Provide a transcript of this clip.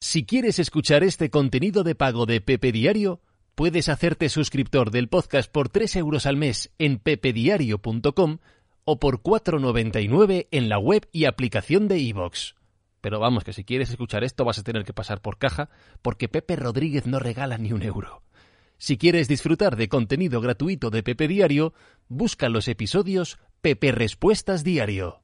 Si quieres escuchar este contenido de pago de Pepe Diario, puedes hacerte suscriptor del podcast por 3 euros al mes en pepediario.com o por 4,99 en la web y aplicación de iVoox. Pero vamos, que si quieres escuchar esto vas a tener que pasar por caja, porque Pepe Rodríguez no regala ni un euro. Si quieres disfrutar de contenido gratuito de Pepe Diario, busca los episodios Pepe Respuestas Diario.